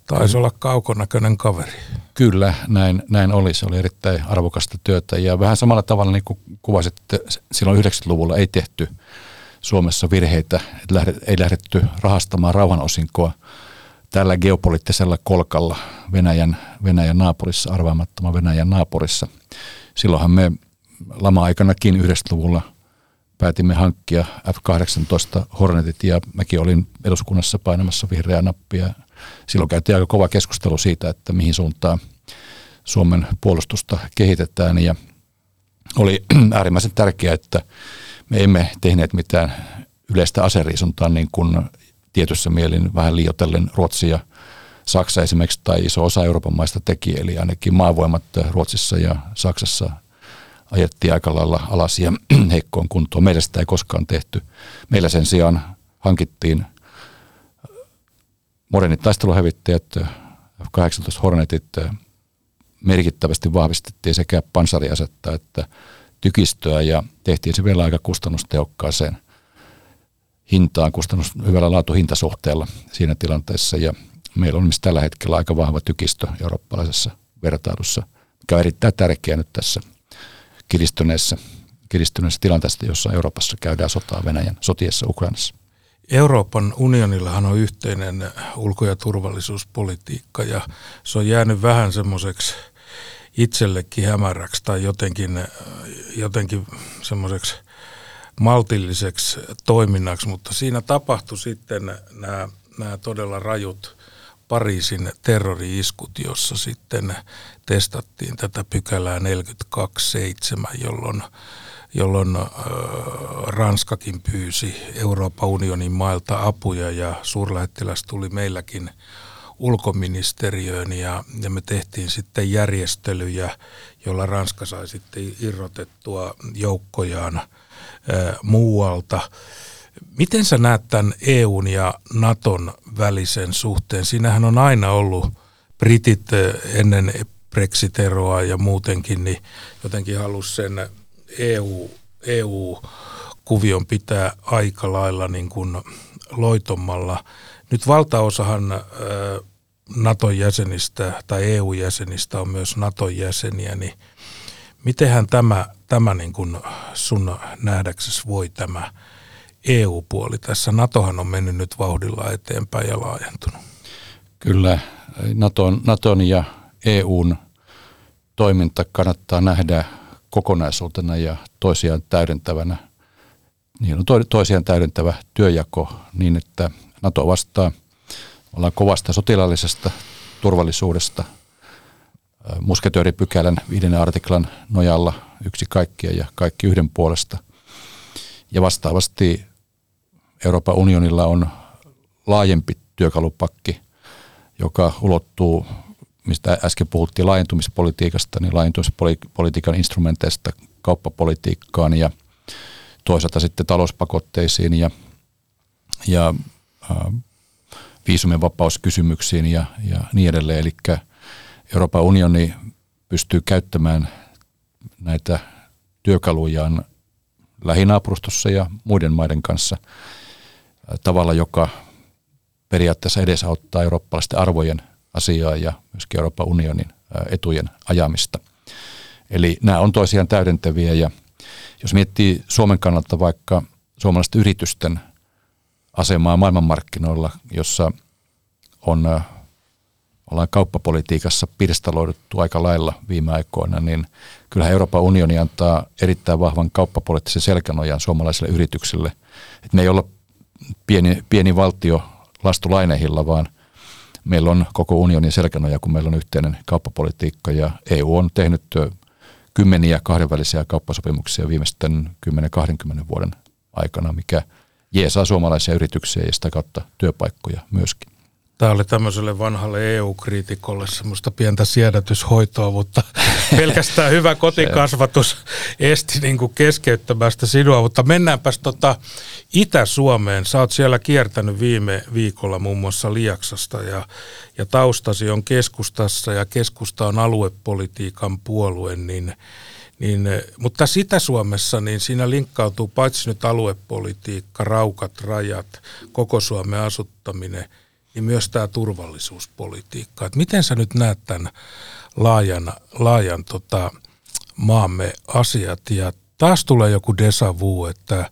Taisi olla kaukonäköinen kaveri. Kyllä, näin oli. Se oli erittäin arvokasta työtä ja vähän samalla tavalla niin kuin kuvasit, että silloin 90-luvulla ei tehty Suomessa virheitä, ei lähdetty rahastamaan rauhanosinkoa tällä geopoliittisella kolkalla Venäjän naapurissa, arvaamattoman Venäjän naapurissa. Silloinhan me lama-aikanakin 90-luvulla päätimme hankkia F-18 Hornetit ja mäkin olin eduskunnassa painamassa vihreää nappia. Silloin käytiin aika kova keskustelu siitä, että mihin suuntaan Suomen puolustusta kehitetään ja oli äärimmäisen tärkeää, että me emme tehneet mitään yleistä aseriisuntaa niin kuin tietyssä mielin vähän liioitellen Ruotsi ja Saksa esimerkiksi tai iso osa Euroopan maista teki, eli ainakin maavoimat Ruotsissa ja Saksassa ajettiin aika lailla alas ja heikkoon kuntoon. Meillä sitä ei koskaan tehty. Meillä sen sijaan hankittiin modernit taisteluhävittäjät, F-18 Hornetit, merkittävästi vahvistettiin sekä panssariasetta että tykistöä ja tehtiin se vielä aika kustannustehokkaaseen hintaan, hyvällä laatu-hintasuhteella siinä tilanteessa ja meillä on myös tällä hetkellä aika vahva tykistö eurooppalaisessa vertailussa, mikä on erittäin tärkeää nyt tässä kiristyneessä tilanteessa, jossa Euroopassa käydään sotaa Venäjän sotiessa Ukrainassa. Euroopan unionillahan on yhteinen ulko- ja turvallisuuspolitiikka ja se on jäänyt vähän semmoiseksi itsellekin hämäräksi tai jotenkin semmoiseksi maltilliseksi toiminnaksi, mutta siinä tapahtui sitten nämä todella rajut Pariisin terrori-iskut, jossa sitten testattiin tätä pykälää 42.7, jolloin Ranskakin pyysi Euroopan unionin mailta apuja ja suurlähettiläs tuli meilläkin ulkoministeriöön ja me tehtiin sitten järjestelyjä, jolla Ranska sai sitten irrotettua joukkojaan muualta. Miten sä näet tämän EUn ja Naton välisen suhteen? Siinähän on aina ollut britit ennen Brexit-eroa ja muutenkin, niin jotenkin halusi sen EU-kuvion pitää aika lailla niin kuin loitommalla. Nyt valtaosahan Naton jäsenistä tai EU-jäsenistä on myös Naton jäseniä, niin mitenhän tämä niin kuin sun nähdäksesi voi tämä EU-puoli? Tässä NATOhan on mennyt nyt vauhdilla eteenpäin ja laajentunut. Kyllä, Naton ja EUn toiminta kannattaa nähdä kokonaisuutena ja toisiaan täydentävänä. Niin on toisiaan täydentävä työnjako niin, että NATO vastaa kovasta sotilaallisesta turvallisuudesta musketööripykälän 5. artiklan nojalla yksi kaikkia ja kaikki yhden puolesta. Ja vastaavasti Euroopan unionilla on laajempi työkalupakki, joka ulottuu, mistä äsken puhuttiin laajentumispolitiikasta, niin laajentumispolitiikan instrumenteista kauppapolitiikkaan ja toisaalta sitten talouspakotteisiin ja viisumivapauskysymyksiin ja niin edelleen. Eli Euroopan unioni pystyy käyttämään näitä työkalujaan lähinaapurustossa ja muiden maiden kanssa tavalla, joka periaatteessa edesauttaa eurooppalaisten arvojen asiaa ja myöskin Euroopan unionin etujen ajamista. Eli nämä on toisiaan täydentäviä ja jos miettii Suomen kannalta vaikka suomalaisten yritysten asemaa maailmanmarkkinoilla, jossa ollaan kauppapolitiikassa pirstaloiduttu aika lailla viime aikoina, niin kyllähän Euroopan unioni antaa erittäin vahvan kauppapoliittisen selkänojan suomalaisille yrityksille. Et me ei olla pieni valtio lastulainehilla, vaan meillä on koko unionin selkänoja, kun meillä on yhteinen kauppapolitiikka ja EU on tehnyt kymmeniä kahdenvälisiä kauppasopimuksia viimeisten 10-20 vuoden aikana, mikä jeesaa suomalaisia yrityksiä ja sitä kautta työpaikkoja myöskin. Tämä oli tämmöiselle vanhalle EU-kriitikolle semmoista pientä siedätyshoitoa, mutta pelkästään hyvä kotikasvatus esti niin kuin keskeyttämästä sinua. Mutta mennäänpäs Itä-Suomeen. Sä oot siellä kiertänyt viime viikolla muun muassa Liaksasta ja taustasi on keskustassa ja keskusta on aluepolitiikan puolue, mutta tässä Itä-Suomessa niin siinä linkkautuu paitsi nyt aluepolitiikka, raukat, rajat, koko Suomen asuttaminen niin myös tämä turvallisuuspolitiikka. Et miten sä nyt näet tämän laajan maamme asiat? Ja taas tulee joku déjà vu, että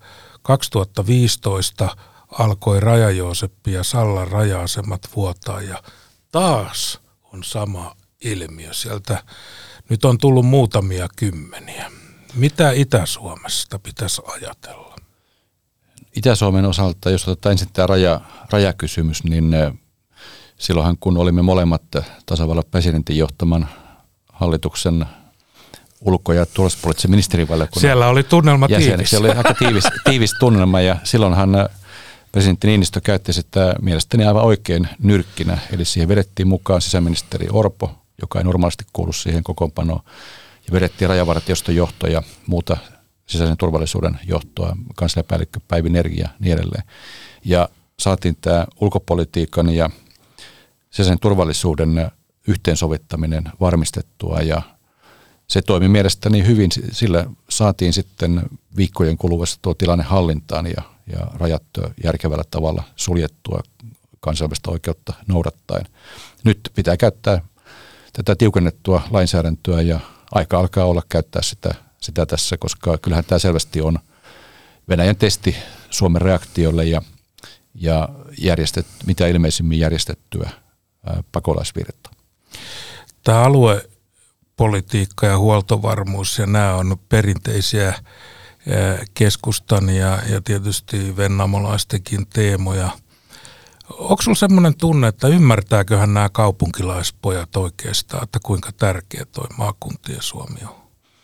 2015 alkoi Raja-Jooseppi ja Sallan raja-asemat vuotaa ja taas on sama ilmiö. Sieltä nyt on tullut muutamia kymmeniä. Mitä Itä-Suomesta pitäisi ajatella? Itä-Suomen osalta, jos otetaan ensin tämä rajakysymys, niin silloinhan kun olimme molemmat tasavallan presidentin johtaman hallituksen ulko- ja turvallisuuspoliittisen ministerivaliokunnan siellä oli tunnelma tiivis. Siellä oli aika tiivis tunnelma ja silloinhan presidentti Niinistö käytti sitä mielestäni aivan oikein nyrkkinä. Eli siihen vedettiin mukaan sisäministeri Orpo, joka ei normaalisti kuulu siihen kokoonpanoon, ja vedettiin rajavartioston johto ja muuta sisäisen turvallisuuden johtoa, kansliapäällikkö Päivi Nergi ja niin edelleen. Ja saatiin tämä ulkopolitiikan ja sisäisen turvallisuuden yhteensovittaminen varmistettua ja se toimi mielestäni hyvin. Sillä saatiin sitten viikkojen kuluessa tuo tilanne hallintaan ja rajat järkevällä tavalla suljettua kansainvälistä oikeutta noudattaen. Nyt pitää käyttää tätä tiukennettua lainsäädäntöä ja aika alkaa olla käyttää sitä tässä, koska kyllähän tämä selvästi on Venäjän testi Suomen reaktiolle ja mitä ilmeisimmin järjestettyä pakolaisvirtaa. Tämä aluepolitiikka ja huoltovarmuus ja nämä on perinteisiä keskustan ja tietysti vennamolaistenkin teemoja. Onko sinulla sellainen tunne, että ymmärtääköhän nämä kaupunkilaispojat oikeastaan, että kuinka tärkeä tuo maakuntien Suomi on?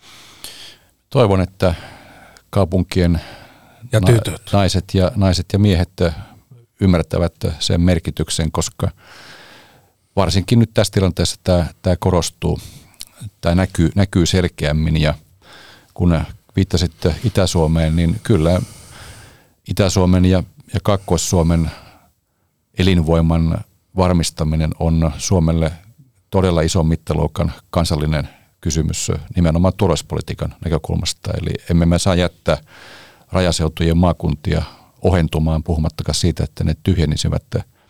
Toivon, että kaupunkien ja naiset ja miehet ymmärtävät sen merkityksen, koska varsinkin nyt tässä tilanteessa tämä korostuu, tämä näkyy selkeämmin ja kun viittasit Itä-Suomeen, niin kyllä Itä-Suomen ja Kaakkois-Suomen elinvoiman varmistaminen on Suomelle todella ison mittaluokan kansallinen kysymys nimenomaan turvallisuuspolitiikan näkökulmasta. Eli emme me saa jättää rajaseutujen maakuntia ohentumaan, puhumattakaan siitä, että ne tyhjenisivät.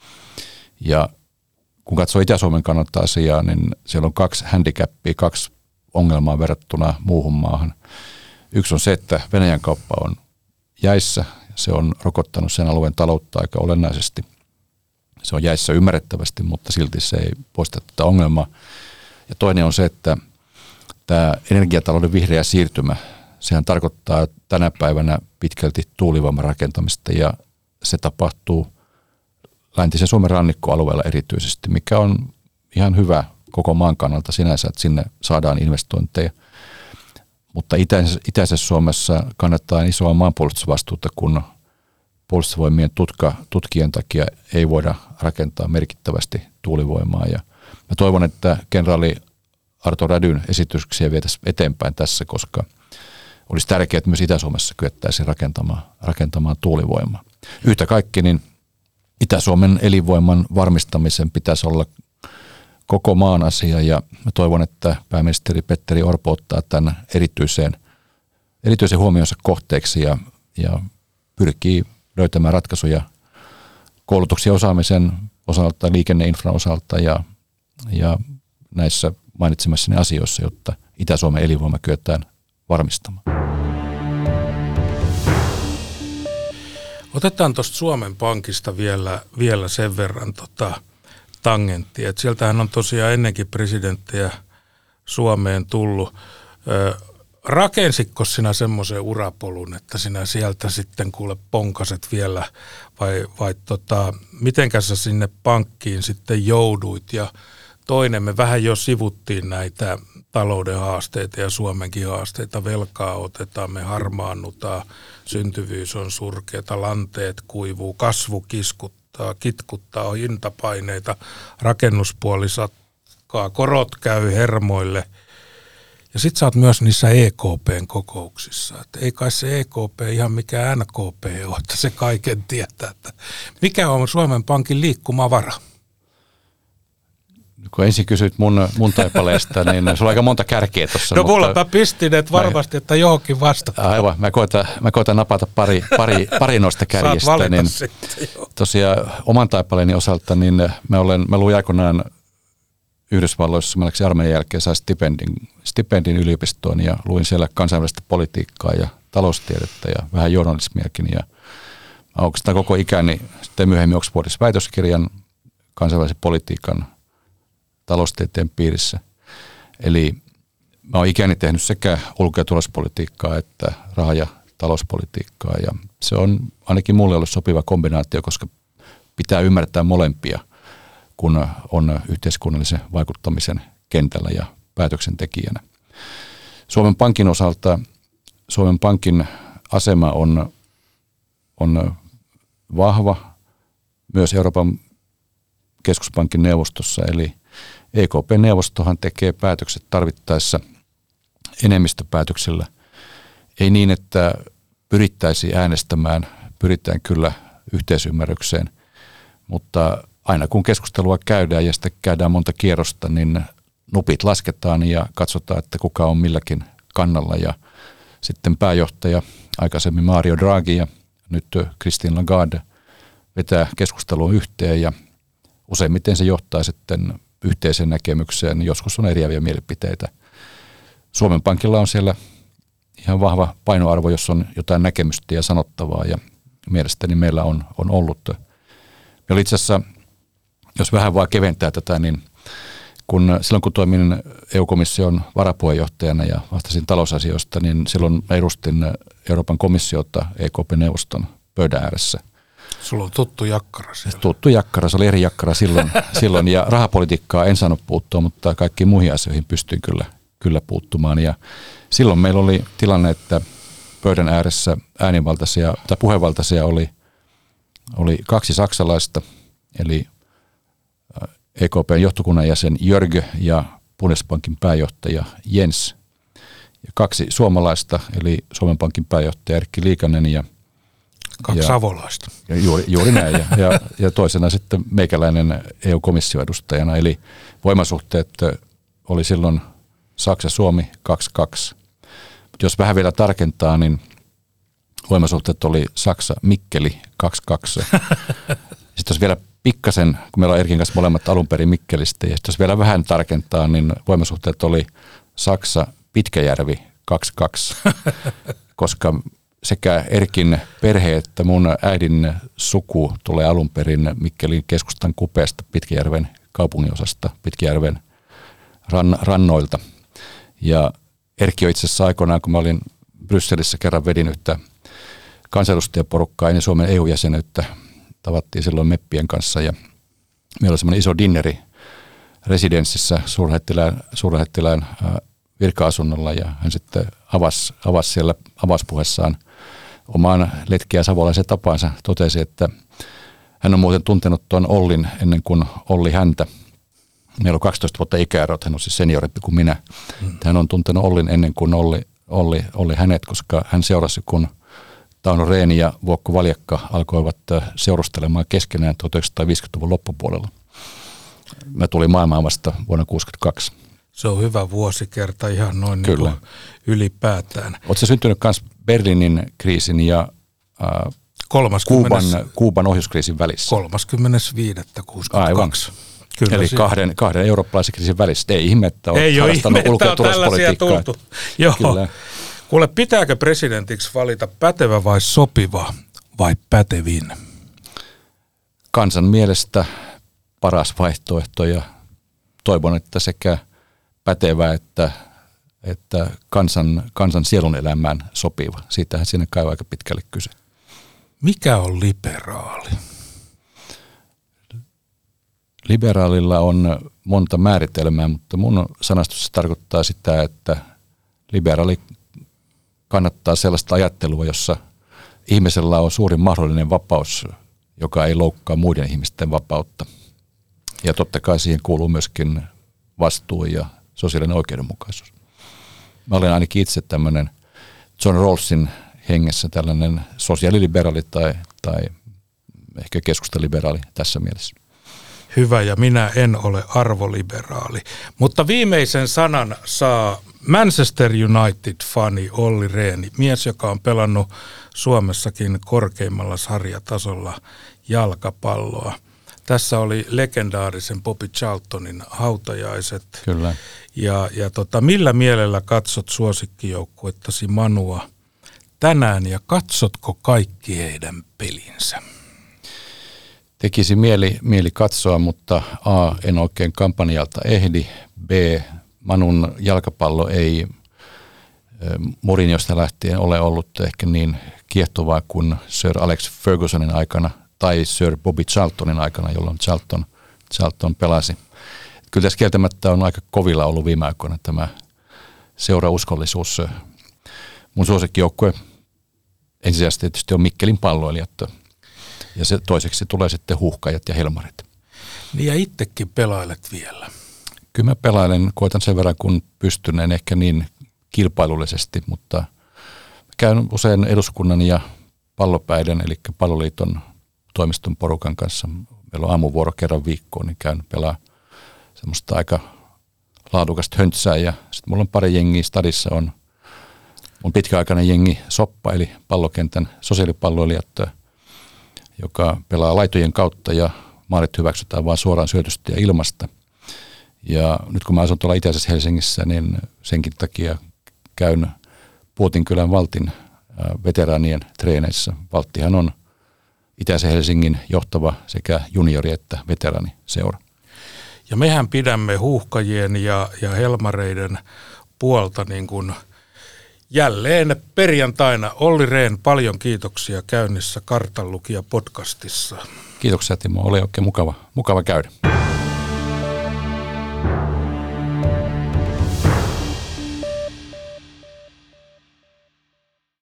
Ja kun katsoo Itä-Suomen kannalta asiaa, niin siellä on 2 handicapia, 2 ongelmaa verrattuna muuhun maahan. Yksi on se, että Venäjän kauppa on jäissä. Se on rokottanut sen alueen taloutta aika olennaisesti. Se on jäissä ymmärrettävästi, mutta silti se ei poista tätä ongelmaa. Ja toinen on se, että tämä energiatalouden vihreä siirtymä, sehän tarkoittaa tänä päivänä pitkälti tuulivoiman rakentamista ja se tapahtuu läntisen Suomen rannikkoalueella erityisesti, mikä on ihan hyvä koko maan kannalta sinänsä, että sinne saadaan investointeja. Mutta itäisessä Suomessa kannattaa isoa maanpuolustusvastuuta, kun puolustusvoimien tutkien takia ei voida rakentaa merkittävästi tuulivoimaa. Ja mä toivon, että kenraali Arto Rädyn esityksiä vietäisiin eteenpäin tässä, koska olisi tärkeää, että myös Itä-Suomessa kyettäisiin rakentamaan tuulivoimaa. Yhtä kaikki, niin Itä-Suomen elinvoiman varmistamisen pitäisi olla koko maan asia ja mä toivon, että pääministeri Petteri Orpo ottaa tämän erityisen huomionsa kohteeksi ja pyrkii löytämään ratkaisuja koulutuksen osaamisen osalta, liikenneinfran osalta ja näissä mainitsemassani asioissa, jotta Itä-Suomen elinvoima kyetään varmistamaan. Otetaan tuosta Suomen Pankista vielä sen verran tangenttia. Sieltähän on tosiaan ennenkin presidenttejä Suomeen tullut. Rakensitko sinä semmoisen urapolun, että sinä sieltä sitten kuule ponkaset vielä vai mitenkä sä sinne pankkiin sitten jouduit? Ja toinen, me vähän jo sivuttiin näitä talouden haasteita ja Suomenkin haasteita. Velkaa otetaan, me harmaannutaan, syntyvyys on surkeata, lanteet kuivuu, kasvu kitkuttaa hintapaineita, rakennuspuoli sakkaa, korot käy hermoille. Ja sit sä oot myös niissä EKPn kokouksissa. Että ei kai se EKP ihan mikään NKP ole, että se kaiken tietää. Että mikä on Suomen Pankin liikkumavara? Kun ensin kysyit mun taipaleesta, niin sulla on aika monta kärkeä tuossa. No mulla mä pistin, että varmasti, että johonkin vastata. Aivan, mä koitan napata pari noista kärjistä. Saat valita niin sitten, joo. Tosiaan oman taipaleeni osalta, niin mä luin aikoinaan Yhdysvalloissa, mä läksin armeijan jälkeen, sain stipendin yliopistoon ja luin siellä kansainvälistä politiikkaa ja taloustiedettä ja vähän journalismiakin. Ja mä oikeastaan koko ikäni sitten myöhemmin Oxfordissa väitöskirjan kansainvälisen politiikan taloustieteen piirissä. Eli mä oon ikäni tehnyt sekä ulko- ja turvallisuuspolitiikkaa että raha- ja talouspolitiikkaa. Ja se on ainakin mulle ollut sopiva kombinaatio, koska pitää ymmärtää molempia, kun on yhteiskunnallisen vaikuttamisen kentällä ja päätöksentekijänä. Suomen Pankin osalta Suomen Pankin asema on vahva myös Euroopan keskuspankin neuvostossa, eli EKP-neuvostohan tekee päätökset tarvittaessa enemmistöpäätöksellä. Ei niin, että pyrittäisiin äänestämään, pyritään kyllä yhteisymmärrykseen, mutta aina kun keskustelua käydään ja sitten käydään monta kierrosta, niin nupit lasketaan ja katsotaan, että kuka on milläkin kannalla. Ja sitten pääjohtaja, aikaisemmin Mario Draghi ja nyt Christine Lagarde vetää keskustelua yhteen ja useimmiten se johtaa sitten yhteiseen näkemykseen. Joskus on eriäviä mielipiteitä. Suomen Pankilla on siellä ihan vahva painoarvo, jos on jotain näkemystä ja sanottavaa ja mielestäni meillä on ollut. Me oli itse asiassa, jos vähän vaan keventää tätä, niin silloin kun toimin EU-komission varapuheenjohtajana ja vastasin talousasioista, niin silloin edustin Euroopan komissiota EKP-neuvoston pöydän ääressä. Sulla on tuttu jakkara siellä. Tuttu jakkara, se oli eri jakkara silloin ja rahapolitiikkaa en saanut puuttua, mutta kaikkiin muihin asioihin pystyin kyllä puuttumaan. Ja silloin meillä oli tilanne, että pöydän ääressä äänivaltaisia tai puhevaltaisia oli 2 saksalaista, eli EKPn johtokunnan jäsen Jörg ja Bundesbankin pääjohtaja Jens. Ja 2 suomalaista, eli Suomen Pankin pääjohtaja Erkki Liikanen ja 2 savolaista. Ja juuri näin. Ja toisena sitten meikäläinen EU-komissioedustajana, eli voimasuhteet oli silloin Saksa-Suomi 2-2. Jos vähän vielä tarkentaa, niin voimasuhteet oli Saksa-Mikkeli 2-2. Sitten jos vielä pikkasen, kun meillä on Erkin kanssa molemmat alun perin Mikkelistä, ja jos vielä vähän tarkentaa, niin voimasuhteet oli Saksa-Pitkäjärvi 2-2, koska sekä Erkin perhe että mun äidin suku tulee alun perin Mikkelin keskustan kupeesta Pitkäjärven kaupunginosasta, Pitkäjärven rannoilta. Ja Erkki on itse asiassa aikoinaan, kun mä olin Brysselissä kerran vedin yhtä kansanedustajaporukkaa ennen Suomen EU-jäsenyyttä, tavattiin silloin meppien kanssa ja meillä oli semmoinen iso dinneri residenssissä suurlähettilään virka-asunnolla ja hän sitten avasi siellä avauspuheessaan omaan letkeä savolaisen tapansa, totesi, että hän on muuten tuntenut tuon Ollin ennen kuin Olli häntä. Meillä on 12 vuotta ikäerot, hän on siis seniorimpi kuin minä. Hän on tuntenut Ollin ennen kuin Olli hänet, koska hän seurasi, kun Tauno Rehn ja Vuokko Valjakka alkoivat seurustelemaan keskenään 1950-luvun loppupuolella. Mä tulin maailmaan vasta vuonna 1962. Se on hyvä vuosikerta ihan noin niin kuin ylipäätään. Oletko syntynyt myös Berliinin kriisin ja Kuuban ohjuskriisin välissä? 35.62. Aivan. Kyllä eli kahden eurooppalaisen kriisin välissä. Ei ihme, että olet harrastanut ulko- ja turvallisuuspolitiikkaa. Joo. Kyllä. Kuule, pitääkö presidentiksi valita pätevä vai sopiva vai pätevin? Kansan mielestä paras vaihtoehto ja toivon, että sekä pätevä että kansan sielun elämään sopiva. Siitähän siinä käy aika pitkälle kyse. Mikä on liberaali? Liberaalilla on monta määritelmää, mutta mun sanastossa tarkoittaa sitä, että liberaali kannattaa sellaista ajattelua, jossa ihmisellä on suurin mahdollinen vapaus, joka ei loukkaa muiden ihmisten vapautta. Ja totta kai siihen kuuluu myöskin vastuu ja sosiaalinen oikeudenmukaisuus. Mä olen ainakin itse tämmöinen John Rawlsin hengessä tällainen sosiaaliliberaali tai ehkä keskustaliberaali tässä mielessä. hyvä ja minä en ole arvoliberaali. Mutta viimeisen sanan saa Manchester United-fani Olli Rehn, mies, joka on pelannut Suomessakin korkeimmalla sarjatasolla jalkapalloa. Tässä oli legendaarisen Bobby Charltonin hautajaiset. Kyllä. Ja millä mielellä katsot suosikkijoukkuettasi Manua tänään ja katsotko kaikki heidän pelinsä? Tekisi mieli katsoa, mutta A, en oikein kampanjalta ehdi. B, Manun jalkapallo ei Mourinhosta lähtien ole ollut ehkä niin kiehtovaa kuin Sir Alex Fergusonin aikana tai Sir Bobby Charltonin aikana, jolloin Charlton pelasi. Kyllä tässä kieltämättä on aika kovilla ollut viime aikoina tämä seurauskollisuus. Mun suosikkijoukkue ensisijaisesti tietysti on Mikkelin Palloilijat ja se toiseksi tulee sitten Huuhkajat ja Helmarit. Niin ja itsekin pelailet vielä. Kyllä mä pelailen, koitan sen verran kun pystyn, en ehkä niin kilpailullisesti, mutta käyn usein eduskunnan ja pallopäiden, eli Palloliiton toimiston porukan kanssa. Meillä on aamuvuoro kerran viikkoon, niin käyn pelaa semmoista aika laadukasta höntsää. Ja sitten mulla on pari jengiä stadissa, on pitkäaikainen jengi Soppa, eli pallokentän sosiaalipalloilijat, joka pelaa laitojen kautta ja maalit hyväksytään vaan suoraan syötystä ja ilmasta. Ja nyt kun mä asun tuolla itäisessä Helsingissä, niin senkin takia käyn Puotinkylän Valtin veteraanien treeneissä. Valttihan on itäisen Helsingin johtava sekä juniori- että veteraaniseura. Ja mehän pidämme Huuhkajien ja Helmareiden puolta niin kuin jälleen perjantaina. Olli Rehn, paljon kiitoksia käynnissä Kartanlukija podcastissa. Kiitoksia Timo, oli oikein mukava käydä.